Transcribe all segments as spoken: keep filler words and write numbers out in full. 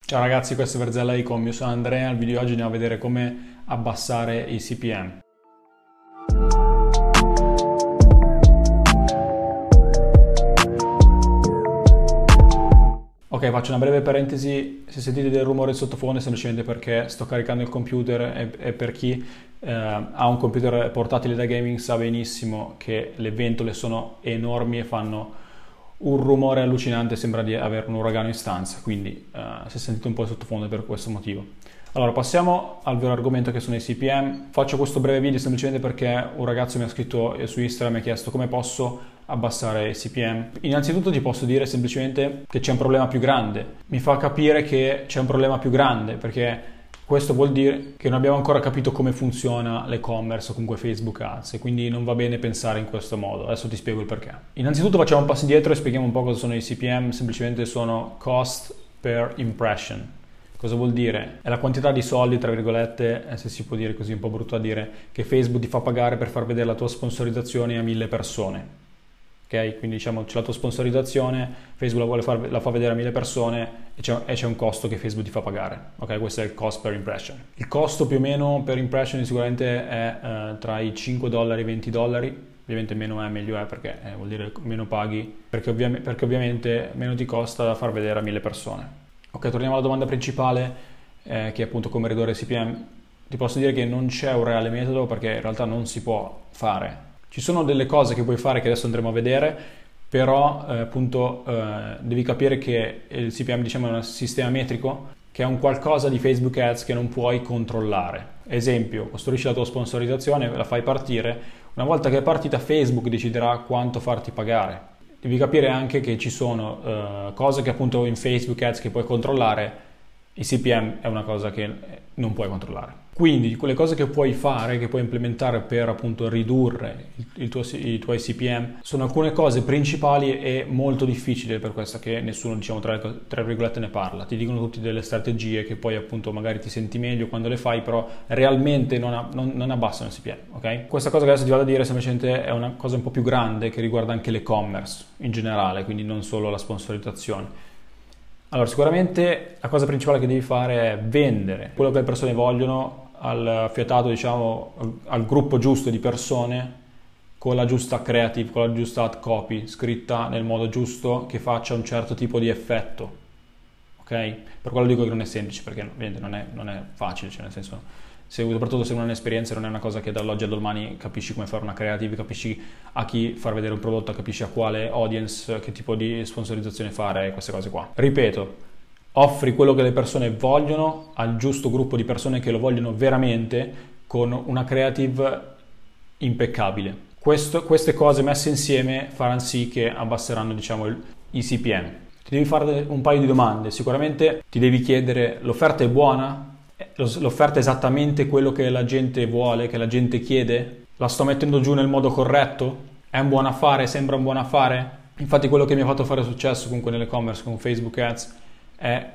Ciao ragazzi, questo è Verzella Ecom, io sono Andrea. Nel video di oggi andiamo a vedere come abbassare i C P M. Ok, faccio una breve parentesi. Se sentite del rumore in sottofondo è semplicemente perché sto caricando il computer e, e per chi eh, ha un computer portatile da gaming sa benissimo che le ventole sono enormi e fanno un rumore allucinante, sembra di avere un uragano in stanza, quindi uh, se sentite un po' il sottofondo è per questo motivo. Allora, passiamo al vero argomento che sono i C P M. Faccio questo breve video semplicemente perché un ragazzo mi ha scritto su Instagram e mi ha chiesto come posso abbassare i C P M. Innanzitutto ti posso dire semplicemente che c'è un problema più grande. Mi fa capire che c'è un problema più grande perché questo vuol dire che non abbiamo ancora capito come funziona l'e-commerce o comunque Facebook Ads e quindi non va bene pensare in questo modo. Adesso ti spiego il perché. Innanzitutto facciamo un passo indietro e spieghiamo un po' cosa sono i C P M. Semplicemente sono cost per impression. Cosa vuol dire? È la quantità di soldi, tra virgolette, se si può dire così, un po' brutto da dire, che Facebook ti fa pagare per far vedere la tua sponsorizzazione a mille persone. Ok, quindi diciamo c'è la tua sponsorizzazione, Facebook la, vuole far, la fa vedere a mille persone e c'è, e c'è un costo che Facebook ti fa pagare. Ok, questo è il cost per impression. Il costo più o meno per impression sicuramente è eh, tra i cinque dollari e i venti dollari. Ovviamente meno è meglio è perché eh, vuol dire meno paghi, perché, ovvia- perché ovviamente meno ti costa da far vedere a mille persone. Ok, torniamo alla domanda principale eh, che è appunto come ridurre i C P M. Ti posso dire che non c'è un reale metodo perché in realtà non si può fare. Ci sono delle cose che puoi fare che adesso andremo a vedere, però eh, appunto eh, devi capire che il C P M diciamo è un sistema metrico che è un qualcosa di Facebook Ads che non puoi controllare. Esempio, costruisci la tua sponsorizzazione, la fai partire, una volta che è partita Facebook deciderà quanto farti pagare. Devi capire anche che ci sono eh, cose che appunto in Facebook Ads che puoi controllare, il C P M è una cosa che non puoi controllare. Quindi quelle cose che puoi fare, che puoi implementare per appunto ridurre il, il tuo, i tuoi C P M, sono alcune cose principali e molto difficili per questo che nessuno diciamo tra, tra virgolette ne parla. Ti dicono tutte delle strategie che poi appunto magari ti senti meglio quando le fai, però realmente non, non, non abbassano il C P M, ok? Questa cosa che adesso ti vado a dire semplicemente è una cosa un po' più grande che riguarda anche l'e-commerce in generale, quindi non solo la sponsorizzazione. Allora, sicuramente la cosa principale che devi fare è vendere quello che le persone vogliono al fiatato, diciamo, al gruppo giusto di persone con la giusta creative, con la giusta ad copy scritta nel modo giusto che faccia un certo tipo di effetto, ok? Per quello dico che non è semplice perché ovviamente non è, non è facile, cioè nel senso, se, soprattutto se non hai esperienza non è una cosa che dall'oggi al domani capisci come fare una creative, capisci a chi far vedere un prodotto, capisci a quale audience, che tipo di sponsorizzazione fare, queste cose qua. Ripeto, offri quello che le persone vogliono al giusto gruppo di persone che lo vogliono veramente con una creative impeccabile. Questo, queste cose messe insieme faranno sì che abbasseranno diciamo il, i C P M. Ti devi fare un paio di domande. Sicuramente ti devi chiedere: l'offerta è buona? L'offerta è esattamente quello che la gente vuole, che la gente chiede? La sto mettendo giù nel modo corretto? È un buon affare? Sembra un buon affare? Infatti quello che mi ha fatto fare successo comunque nell'e-commerce con Facebook Ads è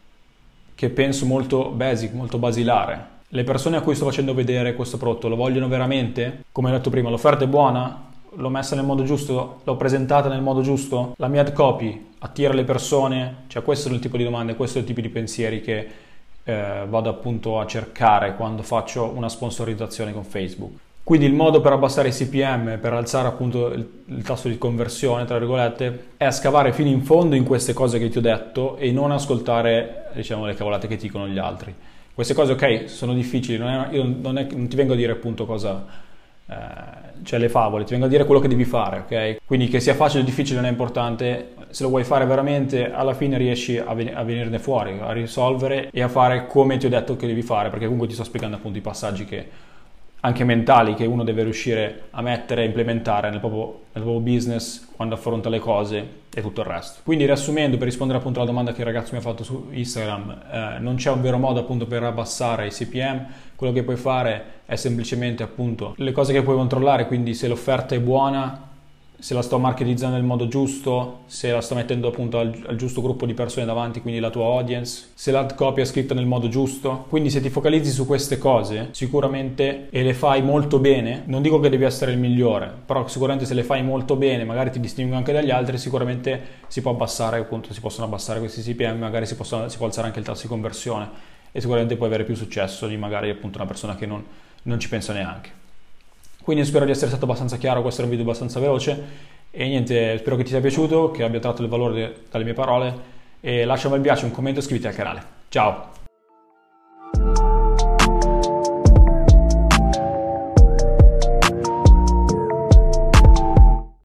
che penso molto basic, molto basilare. Le persone a cui sto facendo vedere questo prodotto lo vogliono veramente? Come ho detto prima, l'offerta è buona? L'ho messa nel modo giusto? L'ho presentata nel modo giusto? La mia ad copy attira le persone? Cioè questo è il tipo di domande, questo è il tipo di pensieri che eh, vado appunto a cercare quando faccio una sponsorizzazione con Facebook. Quindi il modo per abbassare i C P M, per alzare appunto il, il tasso di conversione, tra virgolette, è scavare fino in fondo in queste cose che ti ho detto e non ascoltare, diciamo, le cavolate che ti dicono gli altri. Queste cose, ok, sono difficili, non è, io non, è, non ti vengo a dire appunto cosa, eh, cioè le favole, ti vengo a dire quello che devi fare, ok? Quindi che sia facile o difficile non è importante, se lo vuoi fare veramente, alla fine riesci a, ven- a venirne fuori, a risolvere e a fare come ti ho detto che devi fare, perché comunque ti sto spiegando appunto i passaggi che anche mentali che uno deve riuscire a mettere e implementare nel proprio, nel proprio business quando affronta le cose e tutto il resto. Quindi riassumendo, per rispondere appunto alla domanda che il ragazzo mi ha fatto su Instagram, eh, non c'è un vero modo appunto per abbassare i C P M, quello che puoi fare è semplicemente appunto le cose che puoi controllare, quindi se l'offerta è buona, se la sto marketizzando nel modo giusto, se la sto mettendo appunto al, al giusto gruppo di persone davanti, quindi la tua audience, se l'ad copy è scritta nel modo giusto. Quindi se ti focalizzi su queste cose, sicuramente, e le fai molto bene, non dico che devi essere il migliore, però sicuramente se le fai molto bene, magari ti distingui anche dagli altri, sicuramente si può abbassare, appunto, si possono abbassare questi C P M, magari si, possono, si può alzare anche il tasso di conversione e sicuramente puoi avere più successo di magari appunto una persona che non, non ci pensa neanche. Quindi spero di essere stato abbastanza chiaro, questo era un video abbastanza veloce e niente, spero che ti sia piaciuto, che abbia tratto il valore de- dalle mie parole e lascia un bel mi piace, un commento e iscriviti al canale. Ciao!